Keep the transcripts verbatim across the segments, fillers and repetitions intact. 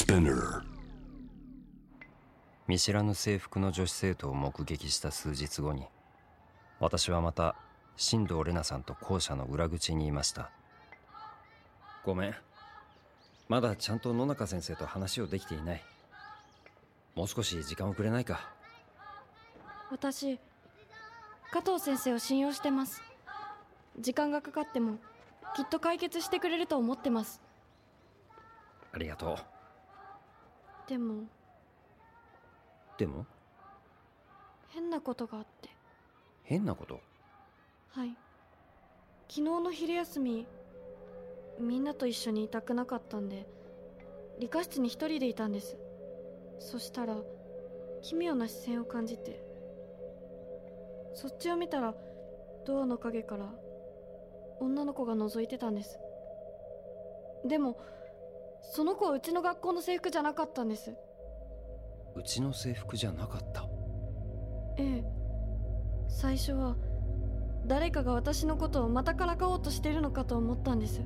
Spinner 見知らぬ制服の女子生徒を目撃した数日後に、私はまた新藤玲奈さんと校舎の裏口にいました。ごめん、まだちゃんと野中先生と話をできていない。もう少し時間をくれないか。 私、加藤先生を信用してます。時間がかかってもきっと解決してくれると思ってます。 ありがとう。 でもでも変なことがあって。 変なこと？ はい。昨日の昼休み、みんなと一緒にいたくなかったんで理科室に一人でいたんです。そしたら奇妙な視線を感じて、そっちを見たらドアの陰から女の子が覗いてたんです。でもその子はうちの学校の制服じゃなかったんです。 うちの制服じゃなかった？ ええ。最初は誰かが私のことをまたからかおうとしてるのかと思ったんです。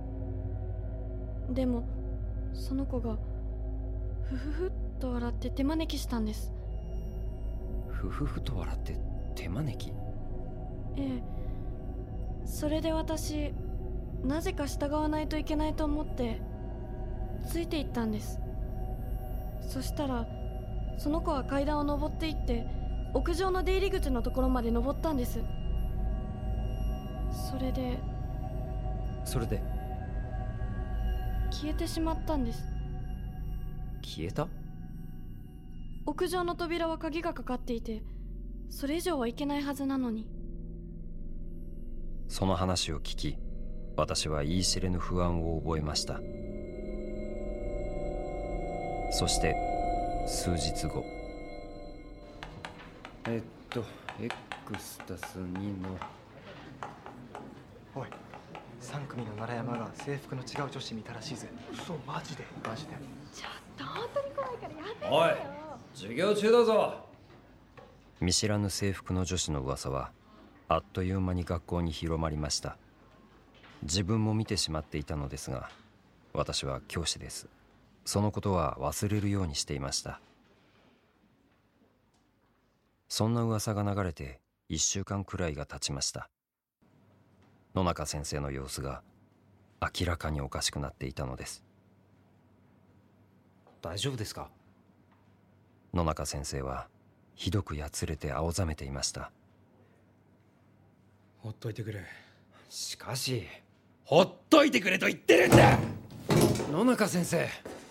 でもその子がふふふっと笑って手招きしたんです。 ふふふと笑って手招き？ ええ。それで私、なぜか従わないといけないと思ってついていったんです。そしたらその子は階段を登っていって屋上の出入り口のところまで登ったんです。それでそれで消えてしまったんです。 消えた？ 屋上の扉は鍵がかかっていて、それ以上はいけないはずなのに。 その話を聞き、私は言い知れぬ不安を覚えました。そして数日後、えっと X たすにのおい、さん組の奈良山が制服の違う女子見たらしいぜ。嘘、マジでマジで。 ちょっと本当に怖いからやめてよ。 おい、授業中だぞ。見知らぬ制服の女子の噂はあっという間に学校に広まりました。自分も見てしまっていたのですが、私は教師です。そのことは忘れるようにしていました。そんな噂が流れていっしゅうかんくらいが経ちました。野中先生の様子が明らかにおかしくなっていたのです。大丈夫ですか？野中先生はひどくやつれて青ざめていました。 ほっといてくれ。 しかし、 ほっといてくれと言ってるんだ。 野中先生。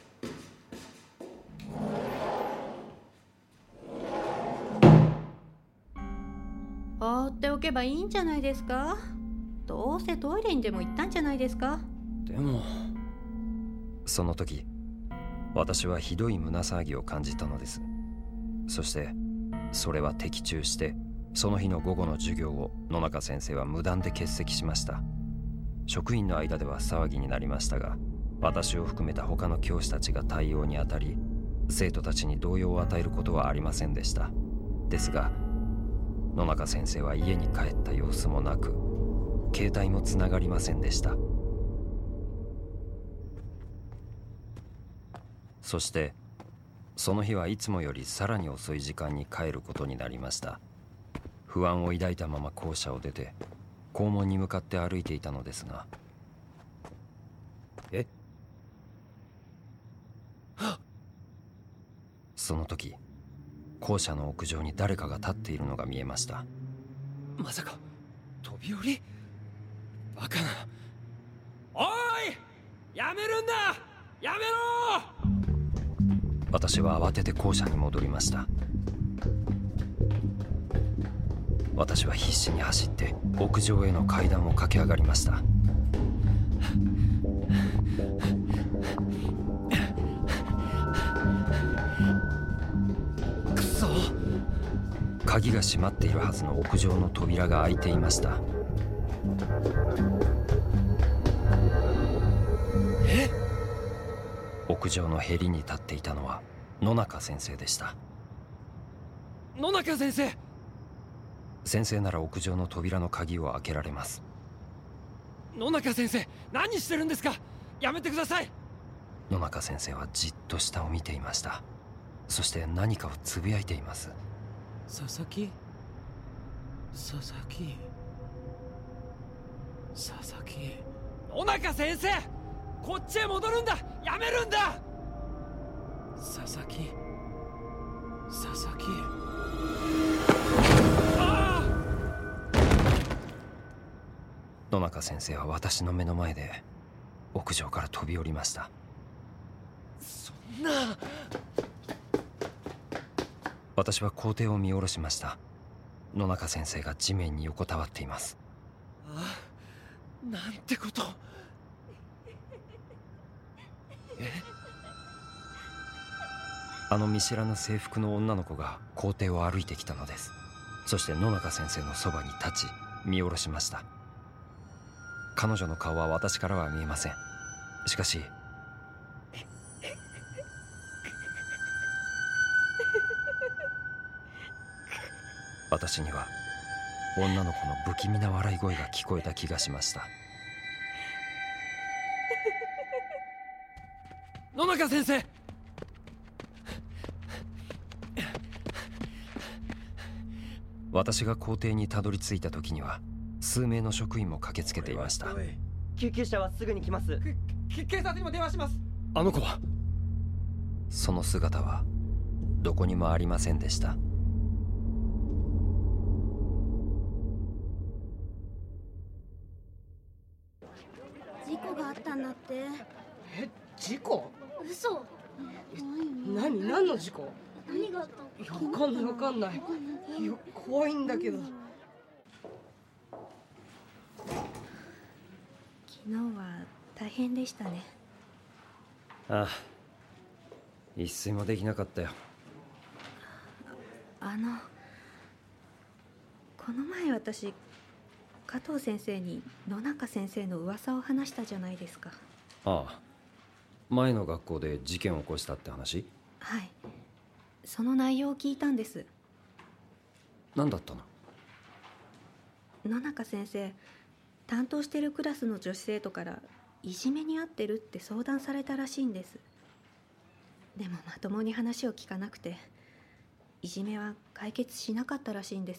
放っておけばいいんじゃないですか。どうせトイレにでも行ったんじゃないですか。 でもその時、私はひどい胸騒ぎを感じたのです。そしてそれは的中して、その日の午後の授業を野中先生は無断で欠席しました。職員の間では騒ぎになりましたが、私を含めた他の教師たちが対応に当たり、生徒たちに動揺を与えることはありませんでした。ですが野中先生は家に帰った様子もなく、携帯もつながりませんでした。そしてその日はいつもよりさらに遅い時間に帰ることになりました。不安を抱いたまま校舎を出て校門に向かって歩いていたのですが、えその時、校舎の屋上に誰かが立っているのが見えました。 まさか飛び降り？バカな。おい、やめるんだ、やめろ！ 私は慌てて校舎に戻りました。私は必死に走って屋上への階段を駆け上がりました。 くそ！ 鍵が閉まっているはずの屋上の扉が開いていました。 え？ 屋上のへりに立っていたのは野中先生でした。 野中先生！ 先生なら屋上の扉の鍵を開けられます。 野中先生、何してるんですか？やめてください。 野中先生はじっと下を見ていました。そして何かをつぶやいています。 佐々木佐々木佐々木野中先生、こっちへ戻るんだ。やめるんだ。佐々木佐々木ああ。 野中先生は私の目の前で屋上から飛び降りました。 そんな。 私は校庭を見下ろしました。野中先生が地面に横たわっています。 ああ、なんてこと。え？ あの見知らぬ制服の女の子が校庭を歩いてきたのです。そして野中先生のそばに立ち見下ろしました。彼女の顔は私からは見えません。しかし私には女の子の不気味な笑い声が聞こえた気がしました。 野中先生。 私が校庭にたどり着いた時には数名の職員も駆けつけていました。 救急車はすぐに来ます。 警察にも電話します。 あの子は？その姿はどこにもありませんでした。 事故があったんだって。 え、事故？ 嘘。 何何の事故？ 何があったの？ わかんないわかんない。いや、怖いんだけど。 昨日は大変でしたね。 ああ、一睡もできなかったよ。 あのこの前私加藤先生に野中先生の噂を話したじゃないですか。 ああ、前の学校で事件を起こしたって話？ はい、その内容を聞いたんです。 何だったの？ 野中先生、担当してるクラスの女子生徒からいじめに遭ってるって相談されたらしいんです。でもまともに話を聞かなくて、いじめは解決しなかったらしいんです。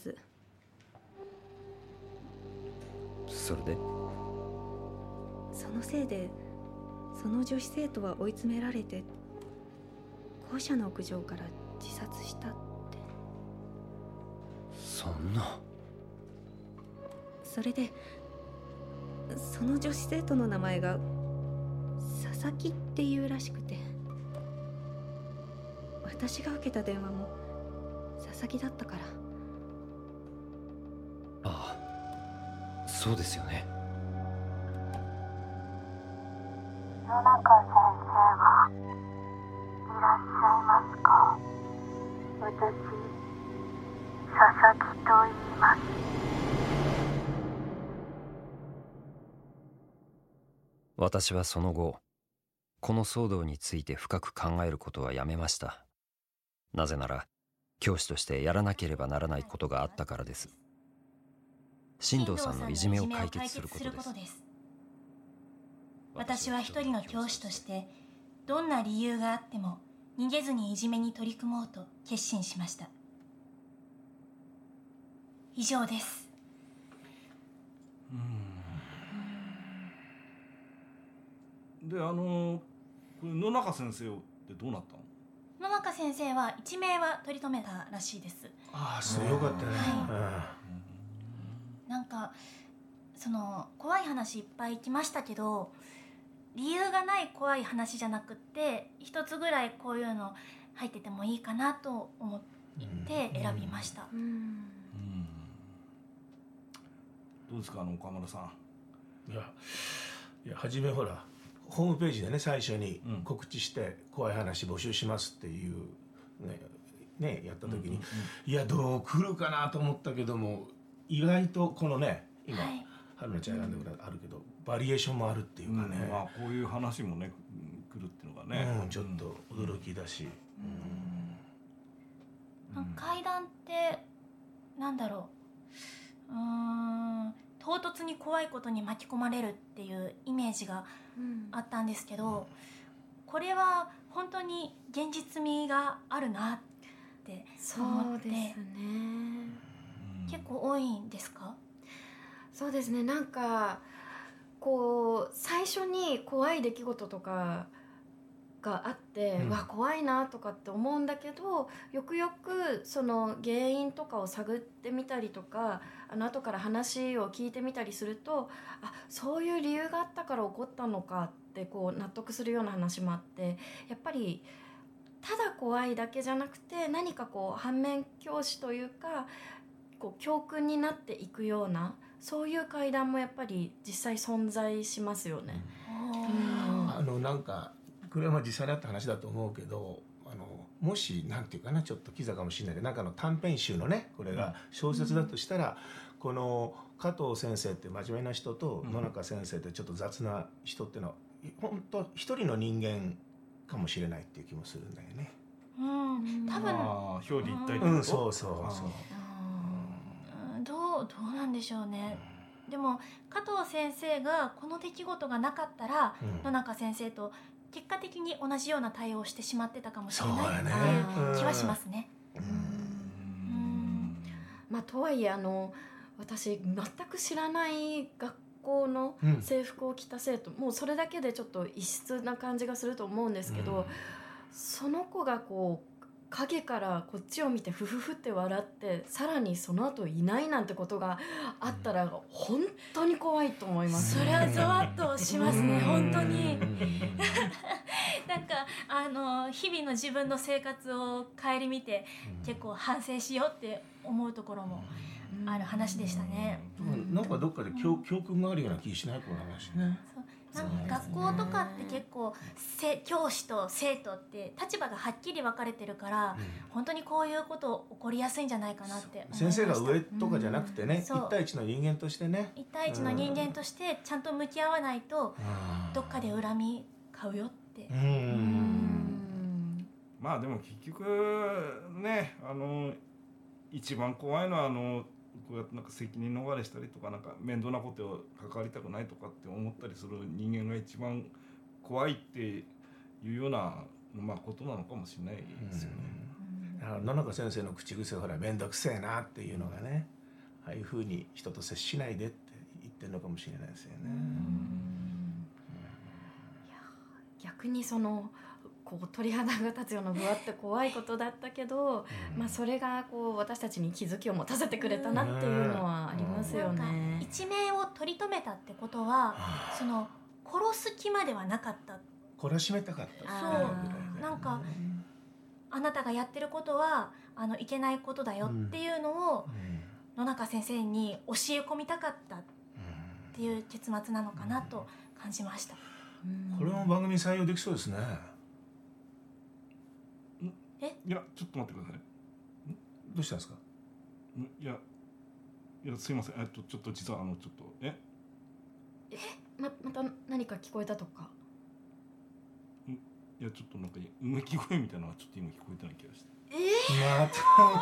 それで？ そのせいでその女子生徒は追い詰められて校舎の屋上から自殺したって。 そんな。 それでその女子生徒の名前が佐々木っていうらしくて、私が受けた電話も佐々木だったから。 ああ、そうですよね。 野中先生はいらっしゃいますか？私、佐々木と言います。 私はその後、この騒動について深く考えることはやめました。なぜなら、教師としてやらなければならないことがあったからです。進藤さんのいじめを解決することです。 私は一人の教師として、どんな理由があっても逃げずにいじめに取り組もうと決心しました。以上です。 うん。で、あのこれ野中先生ってどうなったの？ 野中先生は一命は取り留めたらしいです。 ああ、そうよかったね。 はい、なんかその怖い話いっぱい来ましたけど、理由がない怖い話じゃなくって、一つぐらいこういうの入っててもいいかなと思って選びました。うんうんうん、 どうですか、あの岡村さん。 いや、いや初めほらホームページでね、最初に告知して怖い話募集しますっていうね、ねやった時に、うんうんうん、いやどう来るかなと思ったけども、意外とこのね今、はい、春菜ちゃん選んであるけど、うん、バリエーションもあるっていうかね、 うん、まあこういう話もね来るっていうのがね、 うん、ちょっと驚きだし、 うんうん、階段ってなんだろう、うーん唐突に怖いことに巻き込まれるっていうイメージがあったんですけど、うん、 これは本当に現実味があるなって思って。 そうですね。 結構多いんですか？ そうですね。なんかこう最初に怖い出来事とかがあって、うん、わ怖いなとかって思うんだけど、よくよくその原因とかを探ってみたりとか、あの後から話を聞いてみたりすると、あそういう理由があったから起こったのかってこう納得するような話もあって、やっぱりただ怖いだけじゃなくて、何かこう反面教師というかこう教訓になっていくような、そういう怪談もやっぱり実際存在しますよね。 うん、あのなんかこれはまあ実際にあった話だと思うけど、あのもしなんていうかな、ちょっとキザかもしれないけど、なんかの短編集のね、これが小説だとしたら、うん、この加藤先生って真面目な人と野中先生ってちょっと雑な人っていうのは本当一人の人間かもしれないっていう気もするんだよね。 うん、多分あ表裏一体。 うん、そうそうそう。 うん、どうどうなんでしょうね。でも加藤先生がこの出来事がなかったら、うん、野中先生と結果的に同じような対応をしてしまってたかもしれないっていう気はしますね。うんうんまあ、とはいえあの私全く知らない学校の制服を着た生徒、うん、もうそれだけでちょっと異質な感じがすると思うんですけど、うん、その子がこう影からこっちを見てフフフって笑って、さらにその後いないなんてことがあったら本当に怖いと思います。 それはゾワッとしますね、本当に。なんかあの日々の自分の生活を顧みて結構反省しようって思うところもある話でしたね。 なんかどっかで 教, 教訓があるような気しないこの話ね。 なんか学校とかって結構教師と生徒って立場がはっきり分かれてるから、うん、本当にこういうこと起こりやすいんじゃないかなって思いました。 先生が上とかじゃなくてね、うん、一対一の人間としてね、 一対一の人間としてちゃんと向き合わないと、うん、どっかで恨み買うよって。うんうんまあでも結局ね、あの一番怖いのはあのこうやってなんか責任逃れしたりとか、なんか面倒なことを関わりたくないとかって思ったりする人間が一番怖いっていうような、まあ、ことなのかもしれないですよね。 うん、野中先生の口癖はほら面倒くせえなっていうのがね、ああいうふうに人と接しないでって言ってるのかもしれないですよね。うんうん、 いや逆にそのこう鳥肌が立つようなぶわって怖いことだったけど、うんまあ、それがこう私たちに気づきを持たせてくれたなっていうのはありますよね。 なんか一命を取り留めたってことは、その殺す気まではなかった。 懲らしめたかった。 そうなんかあなたがやってることはあのいけないことだよっていうのを、うん、野中先生に教え込みたかったっていう結末なのかなと感じました。 うん、これも番組採用できそうですね。 えいやちょっと待ってください。 どうしたんですか？ いやいやすいません、えっとちょっと実はあのちょっとええ ま, また何か聞こえたとか？ いやちょっとなんかうめき声みたいなのがちょっと今聞こえてない気がして。 えー、 ま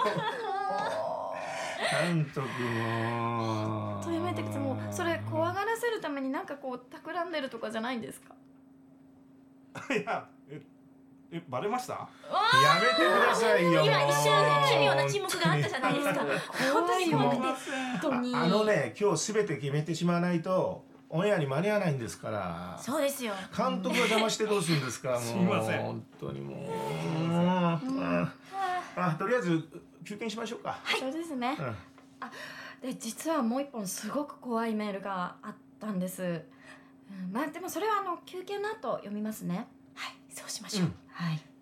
た監督もとやめてください。もうそれ怖がらせるためになんかこう企んでるとかじゃないんですか？ いやええバレました？やめてくださいよ。 今一瞬奇妙な沈黙があったじゃないですか。本当に本当にあのね、今日すべて決めてしまわないとオンエアに間に合わないんですから。 そうですよ。 監督が邪魔してどうするんですか？もうすみません。 本当にもう。ああ、とりあえず休憩しましょうか。 はい、そうですね。うん、あ、で実はもう一本すごく怖いメールがあったんです。うん、まあでもそれはあの休憩の後読みますね。 はい、そうしましょう。うん、 はい。